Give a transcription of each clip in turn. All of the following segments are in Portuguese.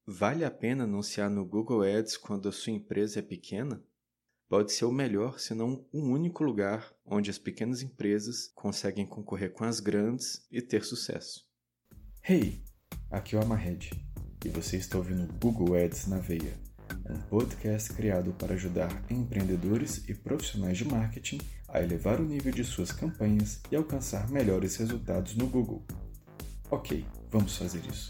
Vale a pena anunciar no Google Ads quando a sua empresa é pequena? Pode ser o melhor, se não o único lugar onde as pequenas empresas conseguem concorrer com as grandes e ter sucesso. Hey, aqui é o Amahed e você está ouvindo Google Ads na Veia, um podcast criado para ajudar empreendedores e profissionais de marketing a elevar o nível de suas campanhas e alcançar melhores resultados no Google. Ok, vamos fazer isso.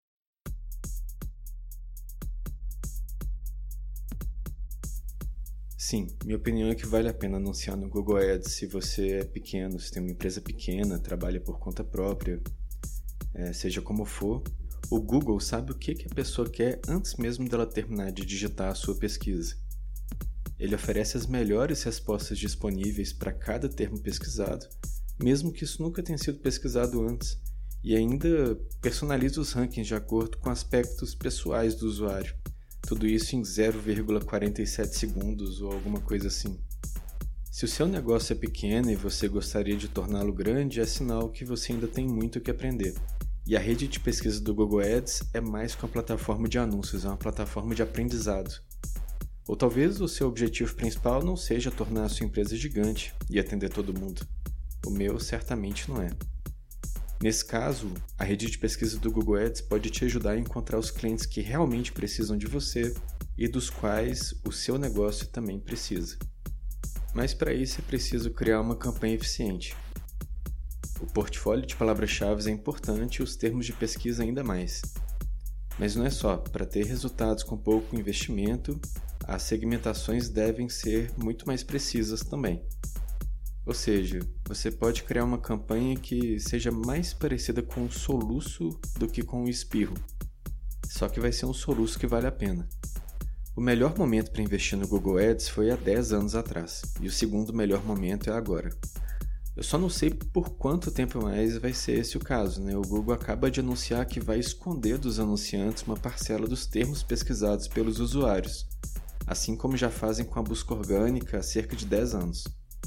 Sim, minha opinião é que vale a pena anunciar no Google Ads se você é pequeno, se tem uma empresa pequena, trabalha por conta própria, seja como for. O Google sabe o que a pessoa quer antes mesmo dela terminar de digitar a sua pesquisa. Ele oferece as melhores respostas disponíveis para cada termo pesquisado, mesmo que isso nunca tenha sido pesquisado antes, e ainda personaliza os rankings de acordo com aspectos pessoais do usuário. Tudo isso em 0,47 segundos ou alguma coisa assim. Se o seu negócio é pequeno e você gostaria de torná-lo grande, é sinal que você ainda tem muito o que aprender. E a rede de pesquisa do Google Ads é mais que uma plataforma de anúncios, é uma plataforma de aprendizado. Ou talvez o seu objetivo principal não seja tornar a sua empresa gigante e atender todo mundo. O meu certamente não é. Nesse caso, a rede de pesquisa do Google Ads pode te ajudar a encontrar os clientes que realmente precisam de você e dos quais o seu negócio também precisa. Mas para isso é preciso criar uma campanha eficiente. O portfólio de palavras-chave é importante e os termos de pesquisa ainda mais. Mas não é só, para ter resultados com pouco investimento, as segmentações devem ser muito mais precisas também. Ou seja, você pode criar uma campanha que seja mais parecida com um soluço do que com um espirro. Só que vai ser um soluço que vale a pena. O melhor momento para investir no Google Ads foi há 10 anos atrás, e o segundo melhor momento é agora. Eu só não sei por quanto tempo mais vai ser esse o caso, né? O Google acaba de anunciar que vai esconder dos anunciantes uma parcela dos termos pesquisados pelos usuários, assim como já fazem com a busca orgânica há cerca de 10 anos.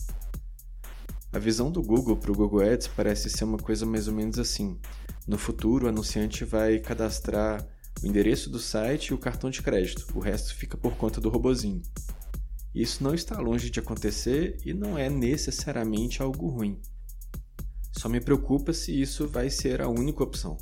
A visão do Google para o Google Ads parece ser uma coisa mais ou menos assim. No futuro, o anunciante vai cadastrar o endereço do site e o cartão de crédito. O resto fica por conta do robozinho. Isso não está longe de acontecer e não é necessariamente algo ruim. Só me preocupa se isso vai ser a única opção.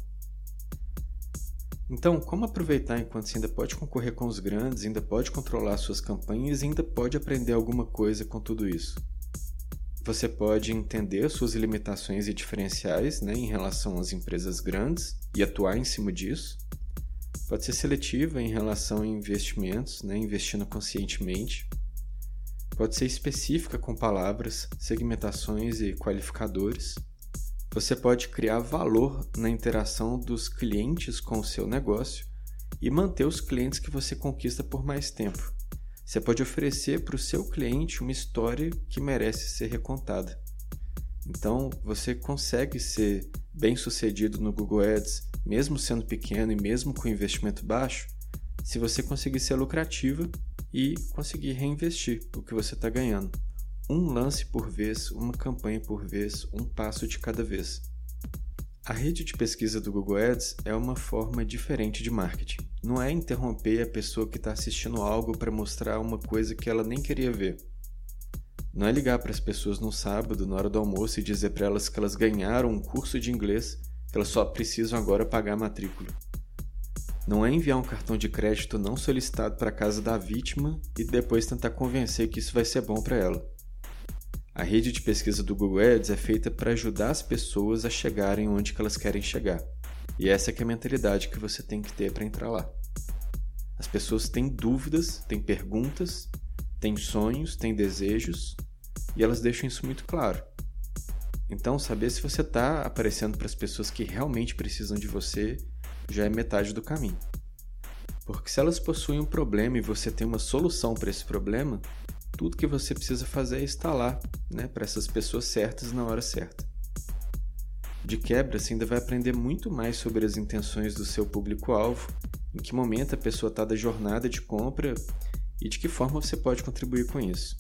Então, como aproveitar enquanto você ainda pode concorrer com os grandes, ainda pode controlar suas campanhas e ainda pode aprender alguma coisa com tudo isso? Você pode entender suas limitações e diferenciais, em relação às empresas grandes e atuar em cima disso. Pode ser seletiva em relação a investimentos, investindo conscientemente. Pode ser específica com palavras, segmentações e qualificadores. Você pode criar valor na interação dos clientes com o seu negócio e manter os clientes que você conquista por mais tempo. Você pode oferecer para o seu cliente uma história que merece ser recontada. Então, você consegue ser bem-sucedido no Google Ads, mesmo sendo pequeno e mesmo com investimento baixo, se você conseguir ser lucrativa e conseguir reinvestir o que você está ganhando. Um lance por vez, uma campanha por vez, um passo de cada vez. A rede de pesquisa do Google Ads é uma forma diferente de marketing. Não é interromper a pessoa que está assistindo algo para mostrar uma coisa que ela nem queria ver. Não é ligar para as pessoas no sábado, na hora do almoço, e dizer para elas que elas ganharam um curso de inglês, que elas só precisam agora pagar a matrícula. Não é enviar um cartão de crédito não solicitado para a casa da vítima e depois tentar convencer que isso vai ser bom para ela. A rede de pesquisa do Google Ads é feita para ajudar as pessoas a chegarem onde que elas querem chegar. E essa que é a mentalidade que você tem que ter para entrar lá. As pessoas têm dúvidas, têm perguntas, têm sonhos, têm desejos, e elas deixam isso muito claro. Então, saber se você está aparecendo para as pessoas que realmente precisam de você já é metade do caminho. Porque se elas possuem um problema e você tem uma solução para esse problema, tudo que você precisa fazer é estar lá, para essas pessoas certas na hora certa. De quebra, você ainda vai aprender muito mais sobre as intenções do seu público-alvo, em que momento a pessoa está da jornada de compra e de que forma você pode contribuir com isso.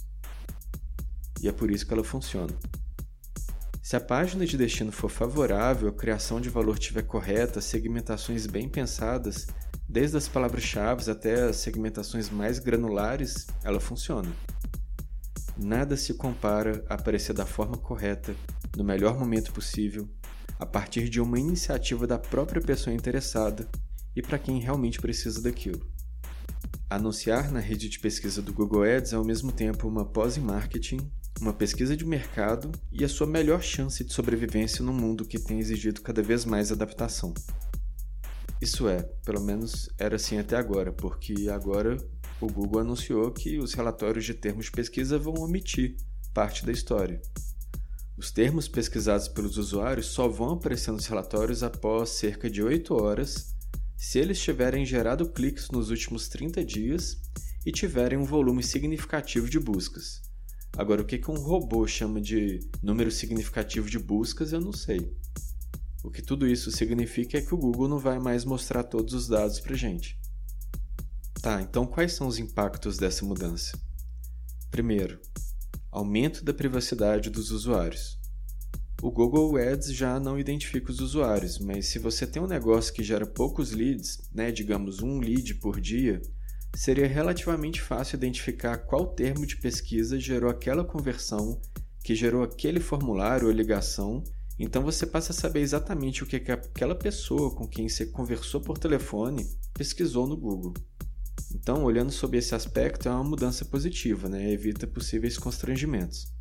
E é por isso que ela funciona. Se a página de destino for favorável, a criação de valor estiver correta, segmentações bem pensadas, desde as palavras-chave até as segmentações mais granulares, ela funciona. Nada se compara a aparecer da forma correta, no melhor momento possível, a partir de uma iniciativa da própria pessoa interessada e para quem realmente precisa daquilo. Anunciar na rede de pesquisa do Google Ads é ao mesmo tempo uma pós em marketing, uma pesquisa de mercado e a sua melhor chance de sobrevivência num mundo que tem exigido cada vez mais adaptação. Isso é, pelo menos era assim até agora, porque agora o Google anunciou que os relatórios de termos de pesquisa vão omitir parte da história. Os termos pesquisados pelos usuários só vão aparecer nos relatórios após cerca de 8 horas, se eles tiverem gerado cliques nos últimos 30 dias e tiverem um volume significativo de buscas. Agora, o que um robô chama de número significativo de buscas, eu não sei. O que tudo isso significa é que o Google não vai mais mostrar todos os dados pra gente. Tá, então quais são os impactos dessa mudança? Primeiro, aumento da privacidade dos usuários. O Google Ads já não identifica os usuários, mas se você tem um negócio que gera poucos leads, digamos um lead por dia, seria relativamente fácil identificar qual termo de pesquisa gerou aquela conversão, que gerou aquele formulário ou ligação. Então você passa a saber exatamente o que aquela pessoa com quem você conversou por telefone pesquisou no Google. Então, olhando sob esse aspecto, é uma mudança positiva, evita possíveis constrangimentos.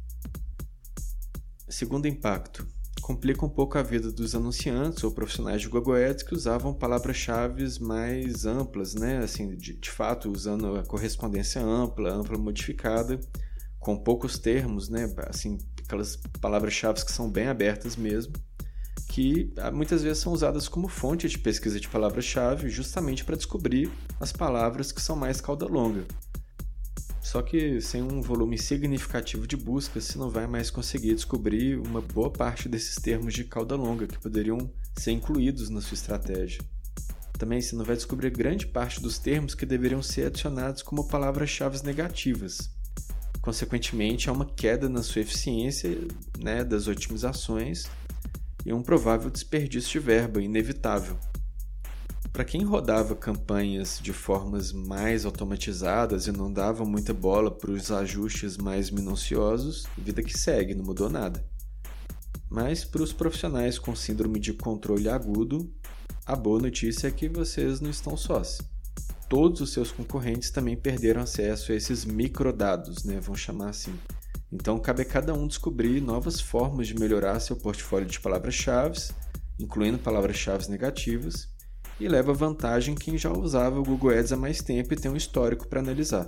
Segundo impacto, complica um pouco a vida dos anunciantes ou profissionais de Google Ads que usavam palavras-chave mais amplas, assim, de fato usando a correspondência ampla modificada, com poucos termos, assim, aquelas palavras-chave que são bem abertas mesmo, que muitas vezes são usadas como fonte de pesquisa de palavras-chave justamente para descobrir as palavras que são mais cauda longa. Só que sem um volume significativo de buscas, você não vai mais conseguir descobrir uma boa parte desses termos de cauda longa que poderiam ser incluídos na sua estratégia. Também você não vai descobrir grande parte dos termos que deveriam ser adicionados como palavras-chave negativas. Consequentemente, há uma queda na sua eficiência das otimizações e um provável desperdício de verba inevitável. Para quem rodava campanhas de formas mais automatizadas e não dava muita bola para os ajustes mais minuciosos, vida que segue, não mudou nada. Mas para os profissionais com síndrome de controle agudo, a boa notícia é que vocês não estão sós. Todos os seus concorrentes também perderam acesso a esses microdados, vamos chamar assim. Então, cabe a cada um descobrir novas formas de melhorar seu portfólio de palavras-chave, incluindo palavras-chave negativas, e leva vantagem quem já usava o Google Ads há mais tempo e tem um histórico para analisar.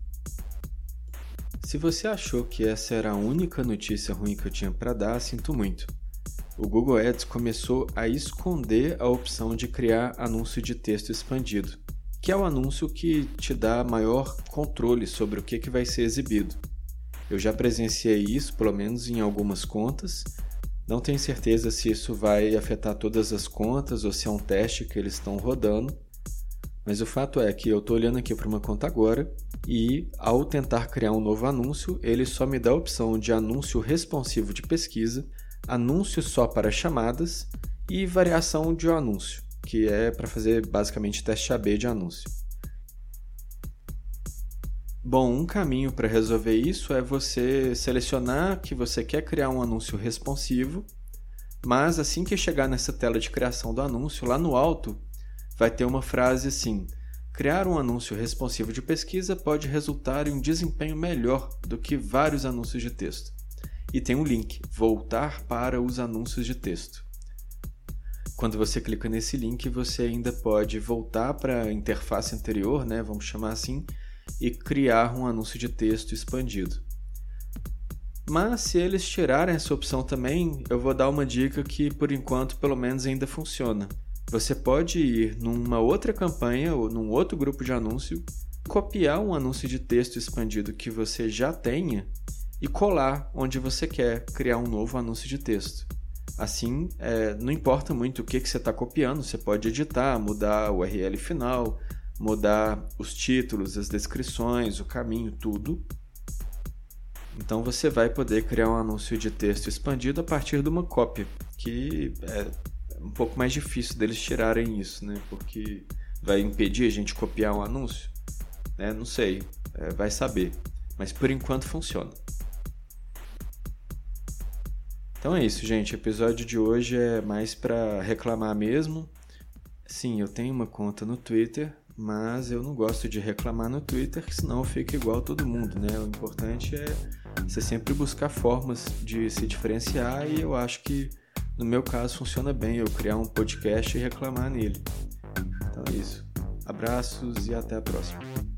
Se você achou que essa era a única notícia ruim que eu tinha para dar, sinto muito. O Google Ads começou a esconder a opção de criar anúncio de texto expandido, que é o anúncio que te dá maior controle sobre o que vai ser exibido. Eu já presenciei isso, pelo menos em algumas contas. Não tenho certeza se isso vai afetar todas as contas ou se é um teste que eles estão rodando. Mas o fato é que eu estou olhando aqui para uma conta agora e, ao tentar criar um novo anúncio, ele só me dá a opção de anúncio responsivo de pesquisa, anúncio só para chamadas e variação de anúncio, que é para fazer basicamente teste AB de anúncio. Bom, um caminho para resolver isso é você selecionar que você quer criar um anúncio responsivo, mas assim que chegar nessa tela de criação do anúncio, lá no alto, vai ter uma frase assim: criar um anúncio responsivo de pesquisa pode resultar em um desempenho melhor do que vários anúncios de texto. E tem um link, voltar para os anúncios de texto. Quando você clica nesse link, você ainda pode voltar para a interface anterior, vamos chamar assim, e criar um anúncio de texto expandido. Mas se eles tirarem essa opção também, eu vou dar uma dica que por enquanto pelo menos ainda funciona. Você pode ir numa outra campanha ou num outro grupo de anúncio, copiar um anúncio de texto expandido que você já tenha e colar onde você quer criar um novo anúncio de texto. Assim, não importa muito o que você está copiando, você pode editar, mudar o URL final, mudar os títulos, as descrições, o caminho, tudo. Então você vai poder criar um anúncio de texto expandido a partir de uma cópia, que é um pouco mais difícil deles tirarem isso, porque vai impedir a gente copiar um anúncio? Não sei, vai saber. Mas por enquanto funciona. Então é isso, gente. O episódio de hoje é mais para reclamar mesmo. Sim, eu tenho uma conta no Twitter, mas eu não gosto de reclamar no Twitter, senão eu fico igual todo mundo, né? O importante é você sempre buscar formas de se diferenciar e eu acho que, no meu caso, funciona bem eu criar um podcast e reclamar nele. Então é isso. Abraços e até a próxima.